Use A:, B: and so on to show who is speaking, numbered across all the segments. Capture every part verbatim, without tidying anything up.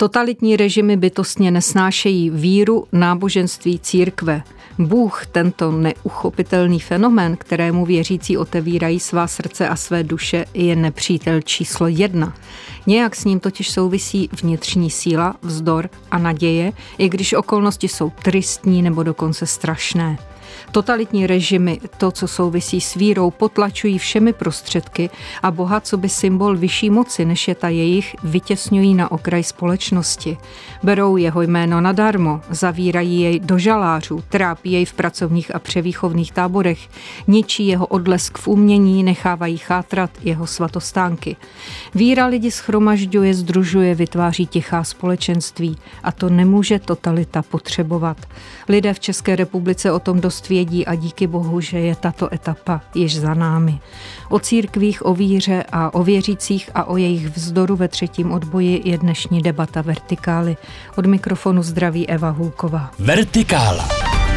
A: Totalitní režimy bytostně nesnášejí víru, náboženství, církve. Bůh, tento neuchopitelný fenomén, kterému věřící otevírají svá srdce a své duše, je nepřítel číslo jedna. Nějak s ním totiž souvisí vnitřní síla, vzdor a naděje, i když okolnosti jsou tristní nebo dokonce strašné. Totalitní režimy, to, co souvisí s vírou, potlačují všemi prostředky a Boha, co by symbol vyšší moci, než je ta jejich, vytěsňují na okraj společnosti. Berou jeho jméno nadarmo, zavírají jej do žalářů, trápí jej v pracovních a převýchovných táborech, ničí jeho odlesk v umění, nechávají chátrat jeho svatostánky. Víra lidi shromažďuje, sdružuje, vytváří tichá společenství a to nemůže totalita potřebovat. Lidé v České republice o tom dost vědí a díky Bohu, že je tato etapa již za námi. O církvích, o víře a o věřících a o jejich vzdoru ve třetím odboji je dnešní debata Vertikály. Od mikrofonu zdraví Eva Hulková.
B: Vertikála.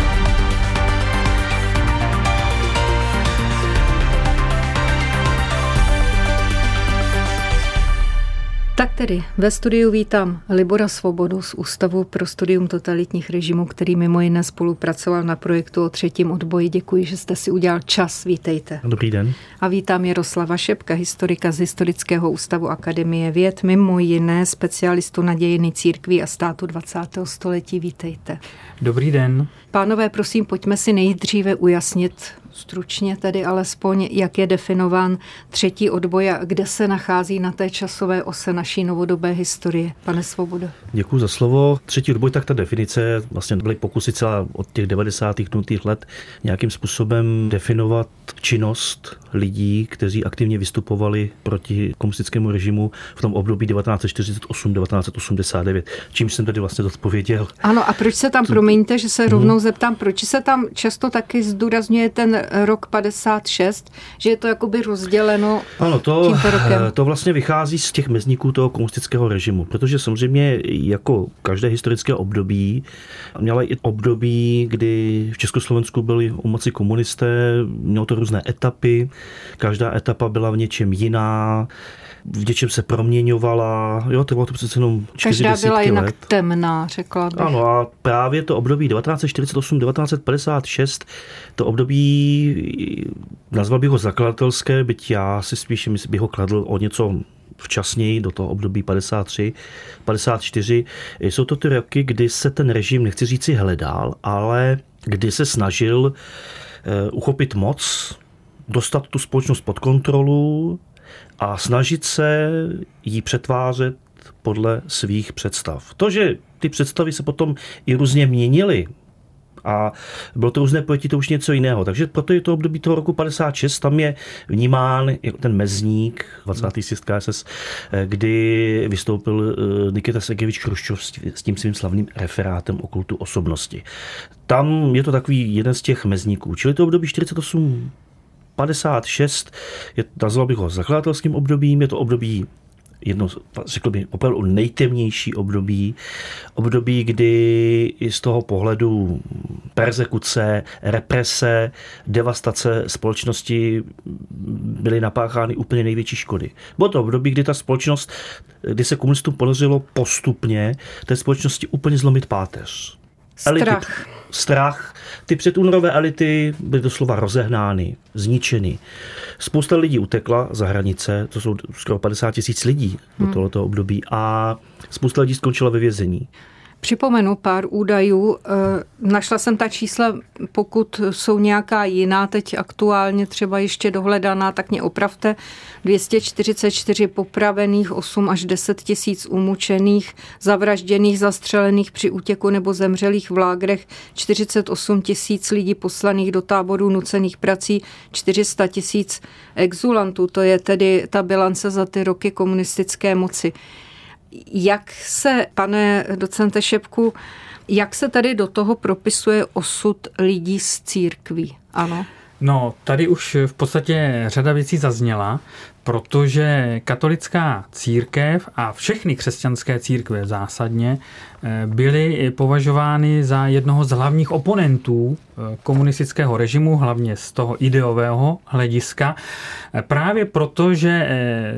A: Tak tedy ve studiu vítám Libora Svobodu z Ústavu pro studium totalitních režimů, který mimo jiné spolupracoval na projektu o třetím odboji. Děkuji, že jste si udělal čas. Vítejte.
C: Dobrý den.
A: A vítám Jaroslava Šebka, historika z Historického ústavu Akademie věd, mimo jiné specialistu na dějiny církví a státu dvacátého století. Vítejte.
D: Dobrý den.
A: Pánové, prosím, pojďme si nejdříve ujasnit, stručně tedy alespoň, jak je definován třetí odboj a kde se nachází na té časové ose naší novodobé historie. Pane Svobodo.
C: Děkuji za slovo. Třetí odboj, tak ta definice, vlastně byly pokusy celá od těch devadesátých nultých let nějakým způsobem definovat činnost lidí, kteří aktivně vystupovali proti komunistickému režimu v tom období devatenáct set čtyřicet osm až devatenáct set osmdesát devět. Čímž jsem tady vlastně odpověděl.
A: Ano, a proč se tam, promiňte, že se rovnou zeptám, proč se tam často taky zdůrazňuje ten rok padesát šest, že je to jakoby rozděleno
C: ano, to,
A: tímto rokem?
C: To vlastně vychází z těch mezníků toho komunistického režimu, protože samozřejmě jako každé historické období měla i období, kdy v Československu byli u moci komunisté, mělo to různé etapy, každá etapa byla v něčem jiná, v něčem se proměňovala, jo, to bylo to přece jenom čtyři
A: každá byla jinak
C: let.
A: temná, řekla bych.
C: Ano, a právě to období devatenáct set čtyřicet osm až devatenáct set padesát šest, to období, nazval bych ho zakladatelské, byť já si spíš bych ho kladl o něco včasněji, do toho období padesát tři, padesát čtyři. Jsou to ty roky, kdy se ten režim, nechci říci hledal, ale kdy se snažil uh, uchopit moc, dostat tu společnost pod kontrolu a snažit se jí přetvářet podle svých představ. To, že ty představy se potom i různě měnily a bylo to různé pojetí, to už něco jiného. Takže proto je to období toho roku padesát šest, tam je vnímán jako ten mezník, dvacátý sjezd K S S, kdy vystoupil Nikita Sergejevič Chruščov s tím svým slavným referátem o kultu osobnosti. Tam je to takový jeden z těch mezníků. Čili to období čtyřicet osm padesát šest, je, nazval bych ho zakladatelským obdobím, je to období jedno, řekl bych, opravdu nejtemnější období, období, kdy i z toho pohledu persekuce, represe, devastace společnosti byly napáchány úplně největší škody. Bylo to období, kdy ta společnost, kdy se komunistům podařilo postupně té společnosti úplně zlomit páteř. Elity,
A: Strach.
C: Strach. Ty předúnorové elity byly doslova rozehnány, zničeny. Spousta lidí utekla za hranice, to jsou skoro padesát tisíc lidí do tohoto období a spousta lidí skončila ve vězení.
A: Připomenu pár údajů. Našla jsem ta čísla, pokud jsou nějaká jiná, teď aktuálně třeba ještě dohledaná, tak mě opravte. dvě stě čtyřicet čtyři popravených, osm až deset tisíc umučených, zavražděných, zastřelených při útěku nebo zemřelých v lágrech, čtyřicet osm tisíc lidí poslaných do táborů nucených prací, čtyři sta tisíc exulantů. To je tedy ta bilance za ty roky komunistické moci. Jak se, pane docente Šebku, jak se tady do toho propisuje osud lidí z církví? Ano.
D: No, tady už v podstatě řada věcí zazněla.
B: protože katolická církev a všechny křesťanské církve zásadně byly považovány za jednoho z hlavních oponentů komunistického režimu, hlavně z toho ideového hlediska, právě proto, že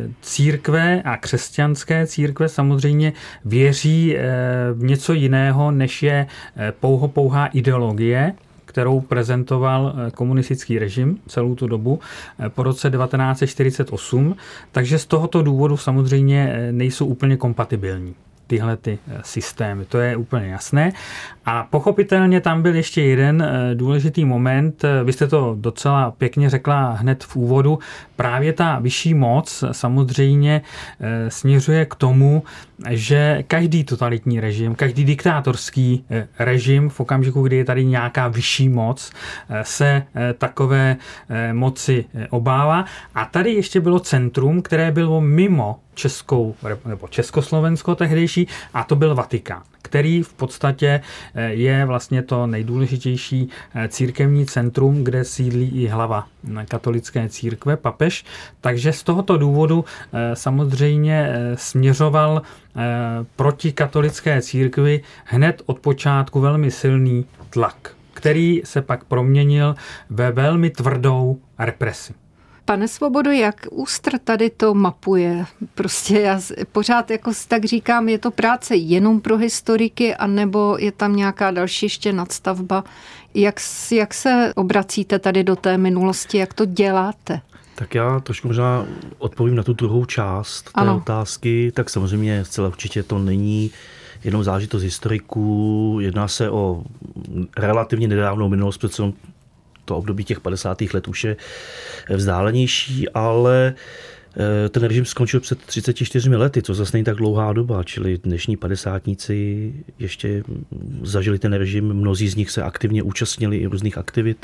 B: církve a křesťanské církve samozřejmě věří v něco jiného, než je pouho pouhá ideologie, kterou prezentoval komunistický režim celou tu dobu po roce devatenáct set čtyřicet osm, takže z tohoto důvodu samozřejmě nejsou úplně kompatibilní tyhle ty systémy, to je úplně jasné. A pochopitelně tam byl ještě jeden důležitý moment, vy jste to docela pěkně řekla hned v úvodu, právě ta vyšší moc samozřejmě směřuje k tomu, že každý totalitní režim, každý diktátorský režim v okamžiku, kdy je tady nějaká vyšší moc, se takové moci obává. A tady ještě bylo centrum, které bylo mimo Českou, nebo Československo tehdejší, a to byl Vatikán, který v podstatě je vlastně to nejdůležitější církevní centrum, kde sídlí i hlava katolické církve, papež. Takže z tohoto důvodu samozřejmě směřoval proti katolické církvi hned od počátku velmi silný tlak, který se pak proměnil ve velmi tvrdou represi.
A: Pane Svobodo, jak ÚSTR tady to mapuje? Prostě já pořád jako tak říkám, je to práce jenom pro historiky, anebo je tam nějaká další ještě nadstavba? Jak, jak se obracíte tady do té minulosti, jak to děláte?
C: Tak já trošku možná odpovím na tu druhou část té ano. otázky. Tak samozřejmě zcela určitě to není jenom záležitost historiků. Jedná se o relativně nedávnou minulost, přece to období těch padesátých let už je vzdálenější, ale ten režim skončil před třiceti čtyřmi lety, co zase není tak dlouhá doba, čili dnešní padesátníci ještě zažili ten režim, mnozí z nich se aktivně účastnili i různých aktivit,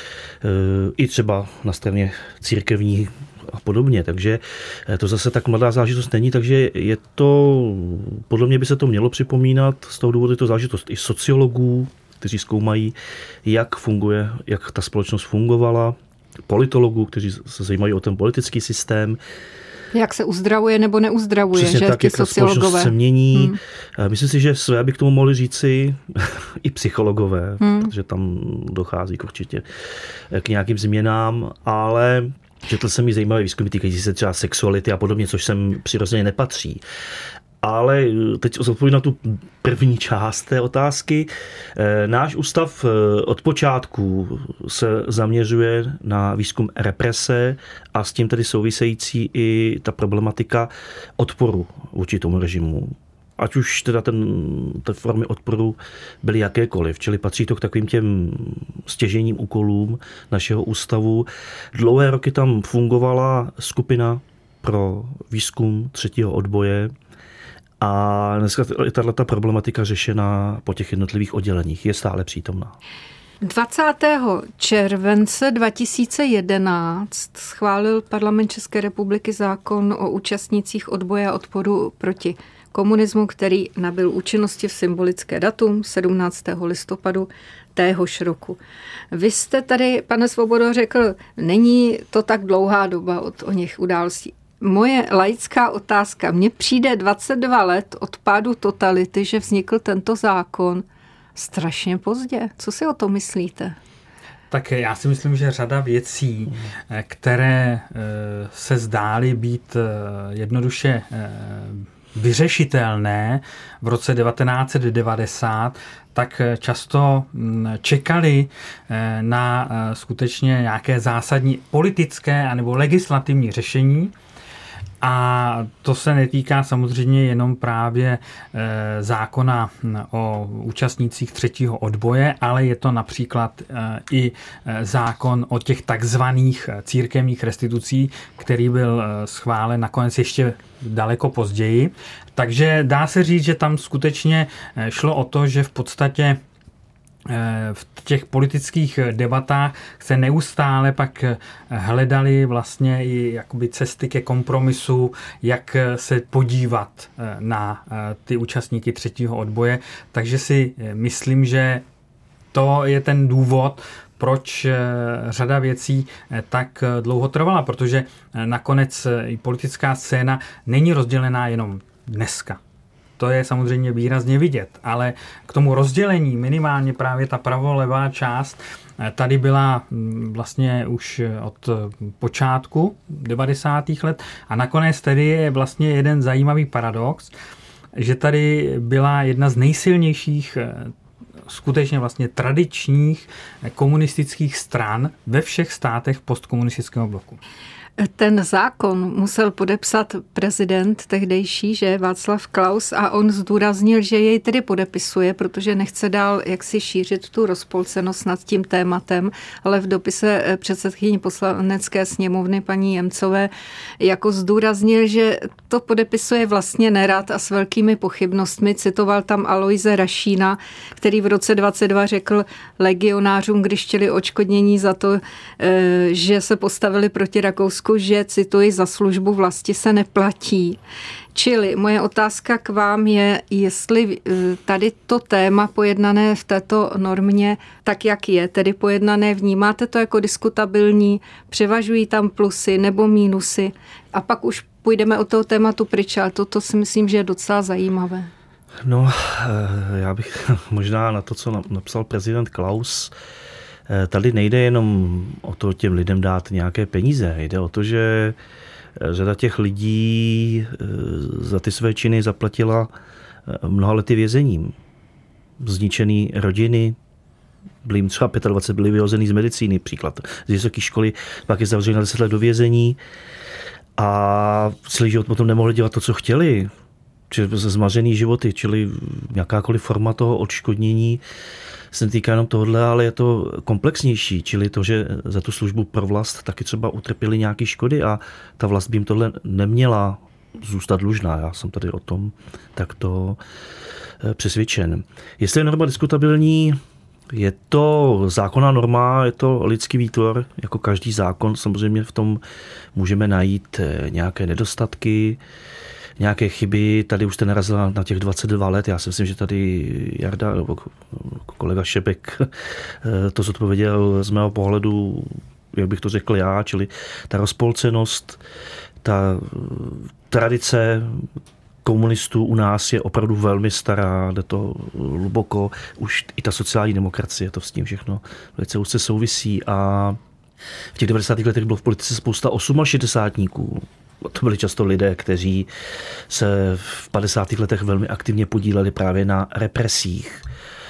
C: i třeba na straně církevní a podobně, takže to zase tak mladá záležitost není, takže je to, podle mě by se to mělo připomínat, z toho důvodu je to záležitost i sociologů, kteří zkoumají, jak funguje, jak ta společnost fungovala, politologů, kteří se zajímají o ten politický systém.
A: Jak se uzdravuje nebo neuzdravuje,
C: přesně
A: že
C: tak, jak ta společnost se mění. Hmm. Myslím si, že své by k tomu mohli říci i psychologové, hmm. protože tam dochází určitě k nějakým změnám, ale četl jsem i zajímavé výzkumy týkající se třeba sexuality a podobně, což sem přirozeně nepatří. Ale teď odpovím na tu první část té otázky. Náš ústav od počátku se zaměřuje na výzkum represe a s tím tedy související i ta problematika odporu vůči tomu režimu. Ať už teda ten, ty formy odporu byly jakékoliv, čili patří to k takovým těm stěžejním úkolům našeho ústavu. Dlouhé roky tam fungovala skupina pro výzkum třetího odboje, a dneska je tato problematika řešena po těch jednotlivých odděleních. Je stále přítomná.
A: dvacátého července dva tisíce jedenáct schválil Parlament České republiky zákon o účastnících odboje a odporu proti komunismu, který nabyl účinnosti v symbolické datum sedmnáctého listopadu téhož roku. Vy jste tady, pane Svobodo, řekl, není to tak dlouhá doba od o něch událostí. Moje laická otázka. Mně přijde dvacet dva let od pádu totality, že vznikl tento zákon strašně pozdě. Co si o to myslíte?
B: Tak já si myslím, že řada věcí, které se zdály být jednoduše vyřešitelné v roce devatenáct set devadesát, tak často čekali na skutečně nějaké zásadní politické anebo legislativní řešení. A to se netýká samozřejmě jenom právě zákona o účastnících třetího odboje, ale je to například i zákon o těch takzvaných církevních restitucí, který byl schválen nakonec ještě daleko později. Takže dá se říct, že tam skutečně šlo o to, že v podstatě v těch politických debatách se neustále pak hledali vlastně i jakoby cesty ke kompromisu, jak se podívat na ty účastníky třetího odboje. Takže si myslím, že to je ten důvod, proč řada věcí tak dlouho trvala, protože nakonec i politická scéna není rozdělená jenom dneska. To je samozřejmě výrazně vidět, ale k tomu rozdělení minimálně právě ta pravolevá část tady byla vlastně už od počátku devadesátých let a nakonec tady je vlastně jeden zajímavý paradox, že tady byla jedna z nejsilnějších skutečně vlastně tradičních komunistických stran ve všech státech postkomunistického bloku.
A: Ten zákon musel podepsat prezident tehdejší, že Václav Klaus, a on zdůraznil, že jej tedy podepisuje, protože nechce dál jaksi šířit tu rozpolcenost nad tím tématem, ale v dopise předsedkyni poslanecké sněmovny paní Němcové jako zdůraznil, že to podepisuje vlastně nerad a s velkými pochybnostmi. Citoval tam Aloise Rašína, který v roce dvacet dva řekl legionářům, když chtěli odškodnění za to, že se postavili proti Rakousku, že, cituji, za službu vlasti se neplatí. Čili moje otázka k vám je, jestli tady to téma pojednané v této normě, tak jak je, tedy pojednané, vnímáte to jako diskutabilní, převažují tam plusy nebo mínusy a pak už půjdeme od toho tématu pryč, ale toto si myslím, že je docela zajímavé.
C: No, já bych možná na to, co napsal prezident Klaus, tady nejde jenom o to těm lidem dát nějaké peníze. Jde o to, že řada těch lidí za ty své činy zaplatila mnoha lety vězením. Zničený rodiny, byli jim třeba dvacet pět, byli vyhozený z medicíny, příklad. Z vysoké školy, pak je zavřeli na deset let do vězení a celý život potom nemohli dělat to, co chtěli. Čili zmařený životy, čili jakákoliv forma toho odškodnění se netýká jenom tohle, ale je to komplexnější, čili to, že za tu službu pro vlast taky třeba utrpěli nějaké škody a ta vlast by jim tohle neměla zůstat dlužná. Já jsem tady o tom takto přesvědčen. Jestli je norma diskutabilní, je to zákonná norma, je to lidský výtvor, jako každý zákon. Samozřejmě v tom můžeme najít nějaké nedostatky, nějaké chyby. Tady už jste narazila na těch dvacet dva let. Já si myslím, že tady Jarda, nebo kolega Šebek to zodpověděl z mého pohledu, jak bych to řekl já, čili ta rozpolcenost, ta tradice komunistů u nás je opravdu velmi stará, jde to hluboko, už i ta sociální demokracie, to s tím všechno velice úzce souvisí a v těch devadesátých letech bylo v politice spousta osmašedesátníků. To byli často lidé, kteří se v padesátých letech velmi aktivně podíleli právě na represích,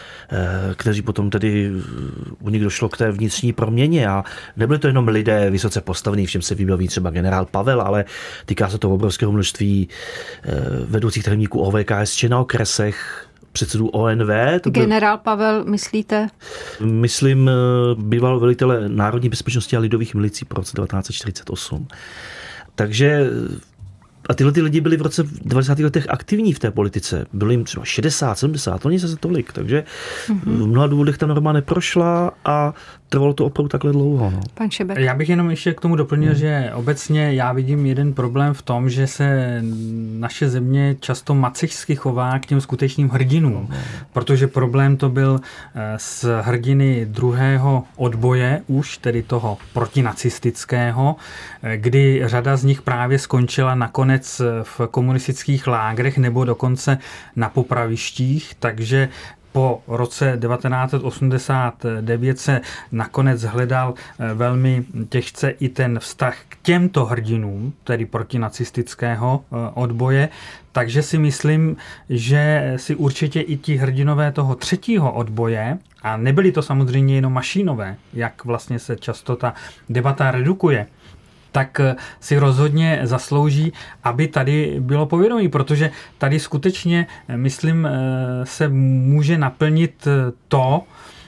C: kteří potom tedy u nich došlo k té vnitřní proměně a nebyli to jenom lidé vysoce postavení, všem se vybaví třeba generál Pavel, ale týká se to obrovského množství vedoucích tajemníků O V K S Č na okresech, předsedů O N V. To byl... Generál
A: Pavel, myslíte?
C: Myslím, býval velitele Národní bezpečnosti a lidových milicí po roce devatenáct set čtyřicet osm. Takže a tyhle ty lidi byli v roce devadesátých letech aktivní v té politice. Bylo jim třeba šedesát, sedmdesát, oni zase tolik. Takže mm-hmm. v mnoha důvodech ta norma neprošla a trvalo to opravdu takhle dlouho. No.
A: Pan Šebek.
B: Já bych jenom ještě k tomu doplnil, mm. že obecně já vidím jeden problém v tom, že se naše země často macešsky chová k těm skutečným hrdinům. Mm. Protože problém to byl s hrdiny druhého odboje, už tedy toho protinacistického, kdy řada z nich právě skončila nakonec v komunistických lágrech nebo dokonce na popravištích, takže po roce devatenáct set osmdesát devět se nakonec hledal velmi těžce i ten vztah k těmto hrdinům, tedy protinacistického odboje. Takže si myslím, že si určitě i ti hrdinové toho třetího odboje, a nebyli to samozřejmě jenom Mašínové, jak vlastně se často ta debata redukuje, tak si rozhodně zaslouží, aby tady bylo povědomí, protože tady skutečně, myslím, se může naplnit to,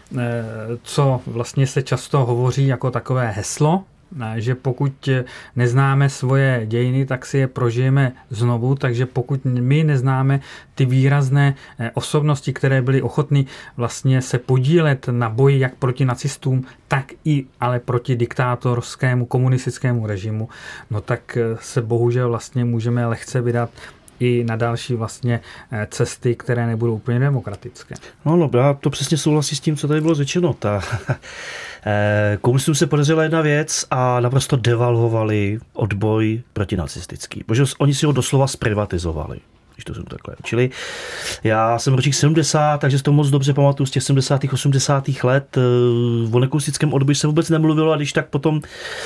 B: co vlastně se často hovoří jako takové heslo, že pokud neznáme svoje dějiny, tak si je prožijeme znovu, takže pokud my neznáme ty výrazné osobnosti, které byly ochotny vlastně se podílet na boji jak proti nacistům, tak i ale proti diktátorskému komunistickému režimu, no tak se bohužel vlastně můžeme lehce vydat i na další vlastně cesty, které nebudou úplně demokratické.
C: No, no, já to přesně souhlasím s tím, co tady bylo řečeno. Ta, komunistům se podařila jedna věc a naprosto devalvovali odboj protinacistický, protože oni si ho doslova zprivatizovali. To jsem takhle. Čili já jsem ročník sedmdesát, takže si to moc dobře pamatuju z těch sedmdesátých osmdesátých let. O nekomunistickém odboji se vůbec nemluvilo a když tak potom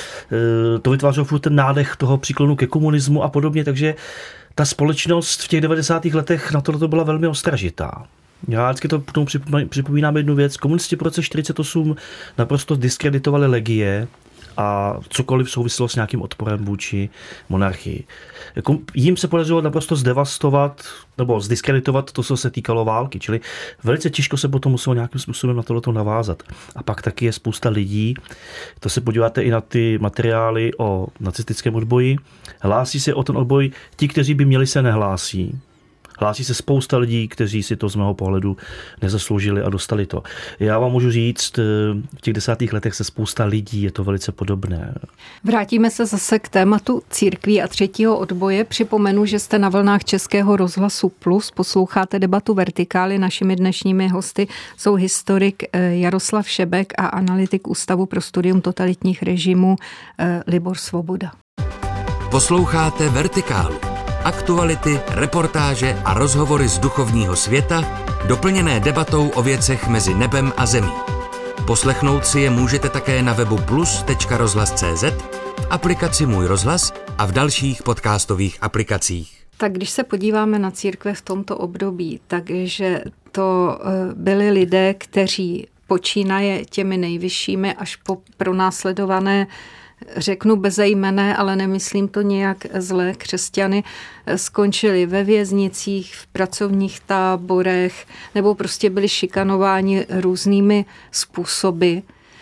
C: to vytvářelo furt ten nádech toho příklonu ke komunismu a podobně, takže ta společnost v těch devadesátých letech na tohle to byla velmi ostražitá. Já vždycky to potom připomínám jednu věc. Komunisti po roce čtyřicet osm naprosto diskreditovali legie a cokoliv souviselo s nějakým odporem vůči monarchii. Jím se podařilo naprosto zdevastovat nebo zdiskreditovat to, co se týkalo války, čili velice těžko se potom muselo nějakým způsobem na tohleto navázat. A pak taky je spousta lidí, to se podíváte i na ty materiály o nacistickém odboji, hlásí se o ten odboj ti, kteří by měli, se nehlásí. Hlásí se spousta lidí, kteří si to z mého pohledu nezasloužili a dostali to. Já vám můžu říct, v těch desátých letech se spousta lidí, je to velice podobné.
A: Vrátíme se zase k tématu církví a třetího odboje. Připomenu, že jste na vlnách Českého rozhlasu Plus, posloucháte debatu Vertikály. Našimi dnešními hosty jsou historik Jaroslav Šebek a analytik Ústavu pro studium totalitních režimů Libor Svoboda.
D: Posloucháte Vertikálu. Aktuality, reportáže a rozhovory z duchovního světa, doplněné debatou o věcech mezi nebem a zemí. Poslechnout si je můžete také na webu plus tečka rozhlas tečka cé zet, v aplikaci Můj rozhlas a v dalších podcastových aplikacích.
A: Tak když se podíváme na církve v tomto období, takže to byli lidé, kteří počínaje těmi nejvyššími až po pronásledované, řeknu bezejmenné, ale nemyslím to nějak zlé, křesťany, skončili ve věznicích, v pracovních táborech nebo prostě byli šikanováni různými způsoby.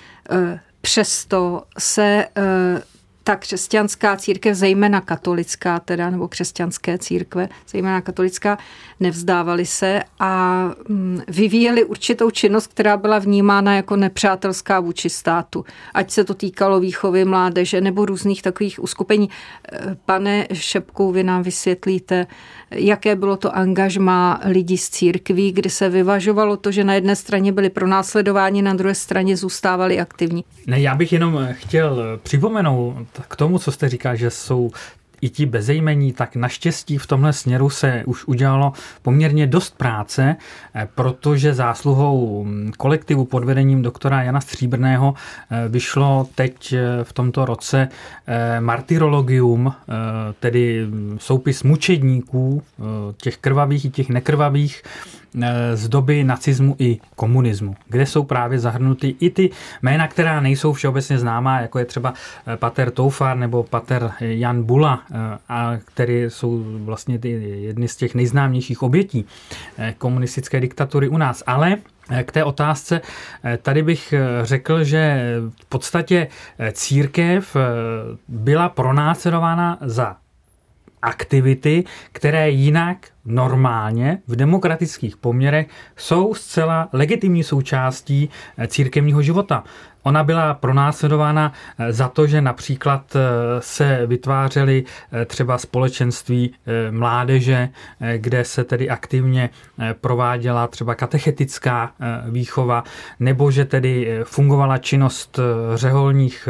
A: Přesto se ta křesťanská církev, zejména katolická teda, nebo křesťanské církve, zejména katolická, nevzdávali se a vyvíjeli určitou činnost, která byla vnímána jako nepřátelská vůči státu. Ať se to týkalo výchovy mládeže nebo různých takových uskupení. Pane Šebku, vy nám vysvětlíte, jaké bylo to angažmá lidí z církví, kdy se vyvažovalo to, že na jedné straně byli pronásledováni, na druhé straně zůstávali aktivní.
B: Ne, já bych jenom chtěl připomenout k tomu, co jste říkal, že jsou i ti bezejmení, tak naštěstí v tomhle směru se už udělalo poměrně dost práce, protože zásluhou kolektivu pod vedením doktora Jana Stříbrného vyšlo teď v tomto roce Martyrologium, tedy soupis mučedníků, těch krvavých i těch nekrvavých, z doby nacismu i komunismu, kde jsou právě zahrnuty i ty jména, která nejsou všeobecně známá, jako je třeba pater Toufar nebo pater Jan Bula, a který jsou vlastně ty jedny z těch nejznámějších obětí komunistické diktatury u nás. Ale k té otázce, tady bych řekl, že v podstatě církev byla pronásledována za aktivity, které jinak normálně v demokratických poměrech jsou zcela legitimní součástí církevního života. Ona byla pronásledována za to, že například se vytvářely třeba společenství mládeže, kde se tedy aktivně prováděla třeba katechetická výchova, nebo že tedy fungovala činnost řeholních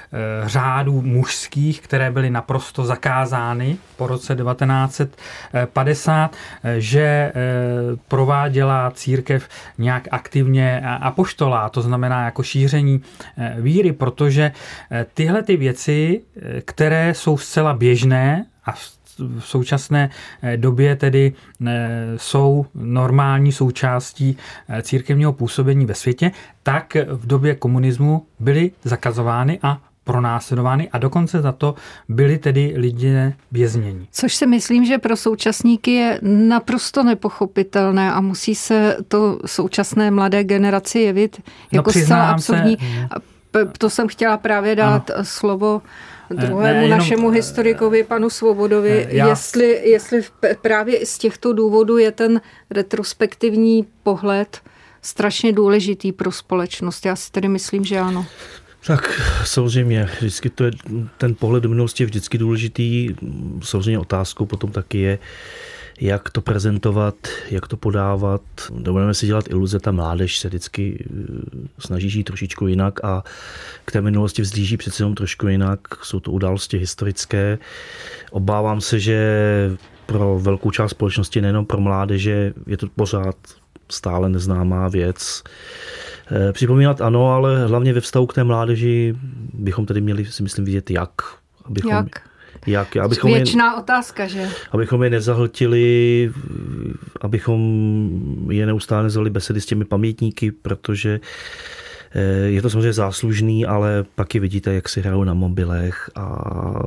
B: řádů mužských, které byly naprosto zakázány po roce devatenáct set padesát, že prováděla církev nějak aktivně apoštolá, to znamená jako šíření víry, protože tyhle ty věci, které jsou zcela běžné a v současné době tedy jsou normální součástí církevního působení ve světě, tak v době komunismu byly zakazovány a pronásledovány a dokonce za to byli tedy lidé vězněni.
A: Což si myslím, že pro současníky je naprosto nepochopitelné a musí se to současné mladé generaci jevit jako no, zcela absurdní. Se, to jsem chtěla právě dát ano. slovo druhému ne, jenom, našemu historikovi, panu Svobodovi, já, jestli, jestli právě z těchto důvodů je ten retrospektivní pohled strašně důležitý pro společnost. Já si tedy myslím, že ano.
C: Tak samozřejmě, vždycky to je, ten pohled do minulosti je vždycky důležitý. Samozřejmě otázkou potom taky je, jak to prezentovat, jak to podávat. Dovolíme si dělat iluze, ta mládež se vždycky snaží žít trošičku jinak a k té minulosti vzlíží přece jenom trošku jinak. Jsou to události historické. Obávám se, že pro velkou část společnosti, nejenom pro mládeže, je to pořád stále neznámá věc. Připomínat ano, ale hlavně ve vztahu k té mládeži bychom tedy měli, si myslím, vidět jak. Abychom,
A: jak?
C: Jak? Abychom
A: Věčná
C: je,
A: otázka, že?
C: Abychom je nezahltili, abychom je neustále nezvali besedy s těmi pamětníky, protože je to samozřejmě záslužný, ale pak je vidíte, jak si hrajou na mobilech a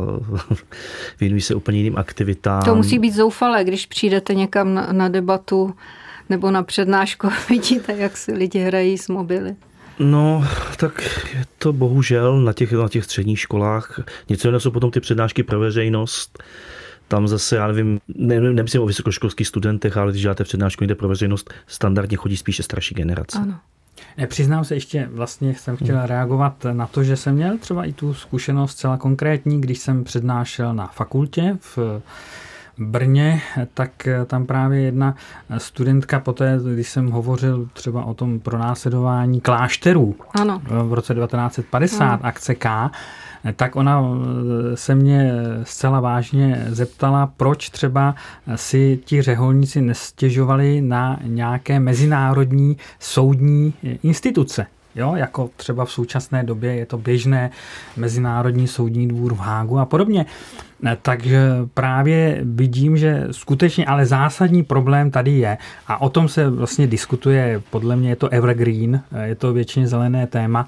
C: věnují se úplně jiným aktivitám.
A: To musí být zoufalé, když přijdete někam na, na debatu nebo na přednášku, vidíte, jak si lidi hrají s mobily.
C: No, tak je to bohužel na těch, na těch středních školách. Něco jiného jsou potom ty přednášky pro veřejnost. Tam zase, já nevím, ne, nemyslím o vysokoškolských studentech, ale když děláte přednášku někde pro veřejnost, standardně chodí spíše starší generace.
A: Ano.
B: Přiznám se ještě, vlastně jsem chtěla reagovat na to, že jsem měl třeba i tu zkušenost celá konkrétní, když jsem přednášel na fakultě v Brně, tak tam právě jedna studentka poté, když jsem hovořil třeba o tom pronásledování klášterů
A: ano.
B: v roce devatenáct set padesát, ano. akce K, tak ona se mě zcela vážně zeptala, proč třeba si ti řeholníci nestěžovali na nějaké mezinárodní soudní instituce. Jo, jako třeba v současné době je to běžné, Mezinárodní soudní dvůr v Hágu a podobně. Takže právě vidím, že skutečně ale zásadní problém tady je a o tom se vlastně diskutuje, podle mě je to evergreen, je to většině zelené téma,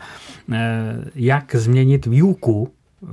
B: jak změnit výuku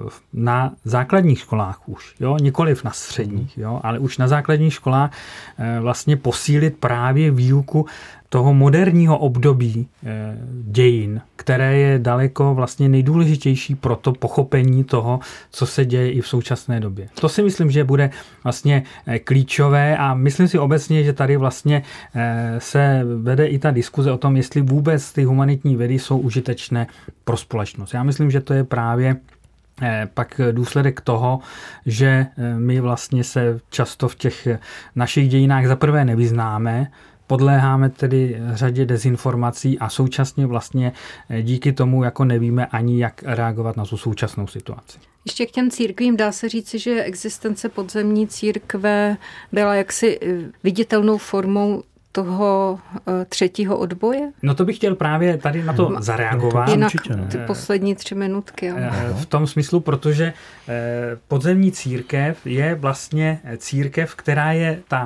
B: na základních školách už, jo, nikoliv na středních, jo, ale už na základních školách vlastně posílit právě výuku toho moderního období e, dějin, které je daleko vlastně nejdůležitější pro to pochopení toho, co se děje i v současné době. To si myslím, že bude vlastně e, klíčové a myslím si obecně, že tady vlastně e, se vede i ta diskuze o tom, jestli vůbec ty humanitní vědy jsou užitečné pro společnost. Já myslím, že to je právě pak důsledek toho, že my vlastně se často v těch našich dějinách zaprvé nevyznáme, podléháme tedy řadě dezinformací a současně vlastně díky tomu jako nevíme ani, jak reagovat na tu současnou situaci.
A: Ještě k těm církvím dá se říci, že existence podzemní církve byla jaksi viditelnou formou toho třetího odboje?
B: No to bych chtěl právě tady na to zareagovat.
A: Jinak ty poslední tři minutky. Jo.
B: V tom smyslu, protože podzemní církev je vlastně církev, která je ta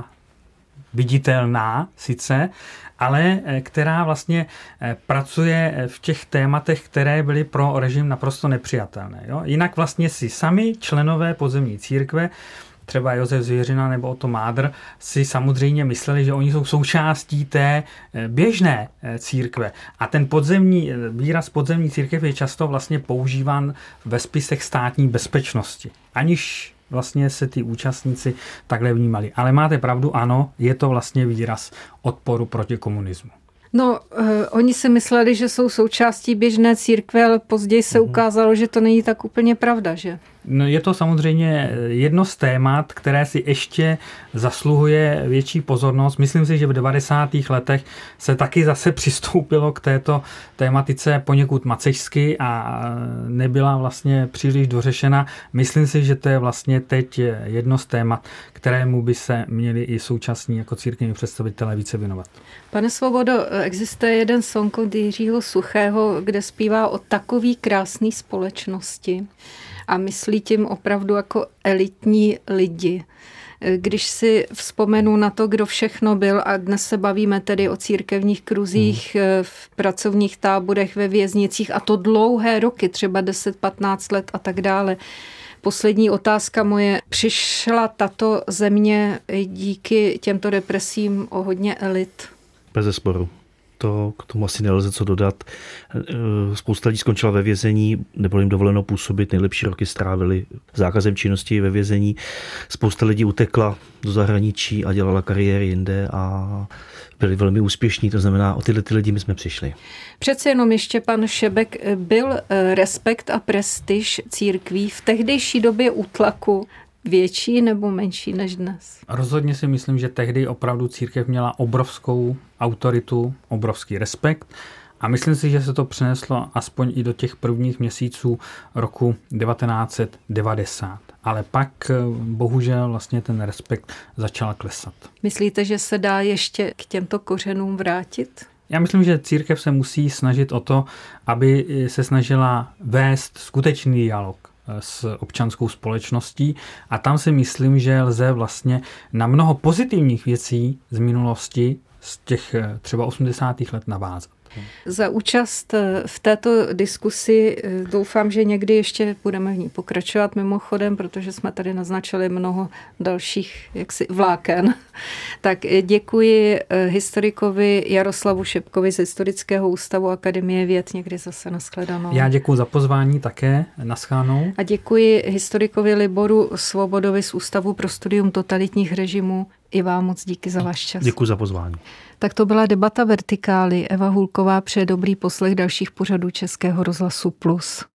B: viditelná sice, ale která vlastně pracuje v těch tématech, které byly pro režim naprosto nepřijatelné. Jo? Jinak vlastně si sami členové podzemní církve, třeba Josef Zvěřina nebo Otto Mádr, si samozřejmě mysleli, že oni jsou součástí té běžné církve. A ten podzemní, výraz podzemní církev je často vlastně používán ve spisech státní bezpečnosti. Aniž vlastně se ty účastníci takhle vnímali. Ale máte pravdu, ano, je to vlastně výraz odporu proti komunismu.
A: No, eh, oni si mysleli, že jsou součástí běžné církve, ale později se ukázalo, že to není tak úplně pravda, že?
B: No, je to samozřejmě jedno z témat, které si ještě zasluhuje větší pozornost. Myslím si, že v devadesátých letech se taky zase přistoupilo k této tématice poněkud macešsky a nebyla vlastně příliš dořešena. Myslím si, že to je vlastně teď jedno z témat, kterému by se měli i současní jako církevní představitelé více věnovat.
A: Pane Svobodo, existuje jeden song od Jiřího Suchého, kde zpívá o takový krásný společnosti a myslí tím opravdu jako elitní lidi. Když si vzpomenu na to, kdo všechno byl, a dnes se bavíme tedy o církevních kruzích, hmm. v pracovních táborech, ve věznicích, a to dlouhé roky, třeba deset patnáct let a tak dále. Poslední otázka moje. Přišla tato země díky těmto represím o hodně elit?
C: Bezesporu. To k tomu asi nelze co dodat. Spousta lidí skončila ve vězení, nebylo jim dovoleno působit, nejlepší roky strávili zákazem činnosti ve vězení. Spousta lidí utekla do zahraničí a dělala kariéry jinde a byli velmi úspěšní, to znamená, o tyhle ty lidi my jsme přišli.
A: Přece jenom ještě pan Šebek, byl respekt a prestiž církví v tehdejší době útlaku větší nebo menší než dnes?
B: Rozhodně si myslím, že tehdy opravdu církev měla obrovskou autoritu, obrovský respekt a myslím si, že se to přeneslo aspoň i do těch prvních měsíců roku devatenáct set devadesát. Ale pak bohužel vlastně ten respekt začal klesat.
A: Myslíte, že se dá ještě k těmto kořenům vrátit?
B: Já myslím, že církev se musí snažit o to, aby se snažila vést skutečný dialog s občanskou společností a tam si myslím, že lze vlastně na mnoho pozitivních věcí z minulosti, z těch třeba osmdesátých let navázat.
A: Za účast v této diskusi doufám, že někdy ještě budeme v ní pokračovat mimochodem, protože jsme tady naznačili mnoho dalších jaksi vláken. Tak děkuji historikovi Jaroslavu Šepkovi z Historického ústavu Akademie věd. Někdy zase nashledanou.
B: Já děkuji za pozvání také, naschánou.
A: A děkuji historikovi Liboru Svobodovi z Ústavu pro studium totalitních režimů. I vám moc díky za váš čas.
C: Děkuji za pozvání.
A: Tak to byla debata Vertikály. Eva Hulková přeje dobrý poslech dalších pořadů Českého rozhlasu Plus.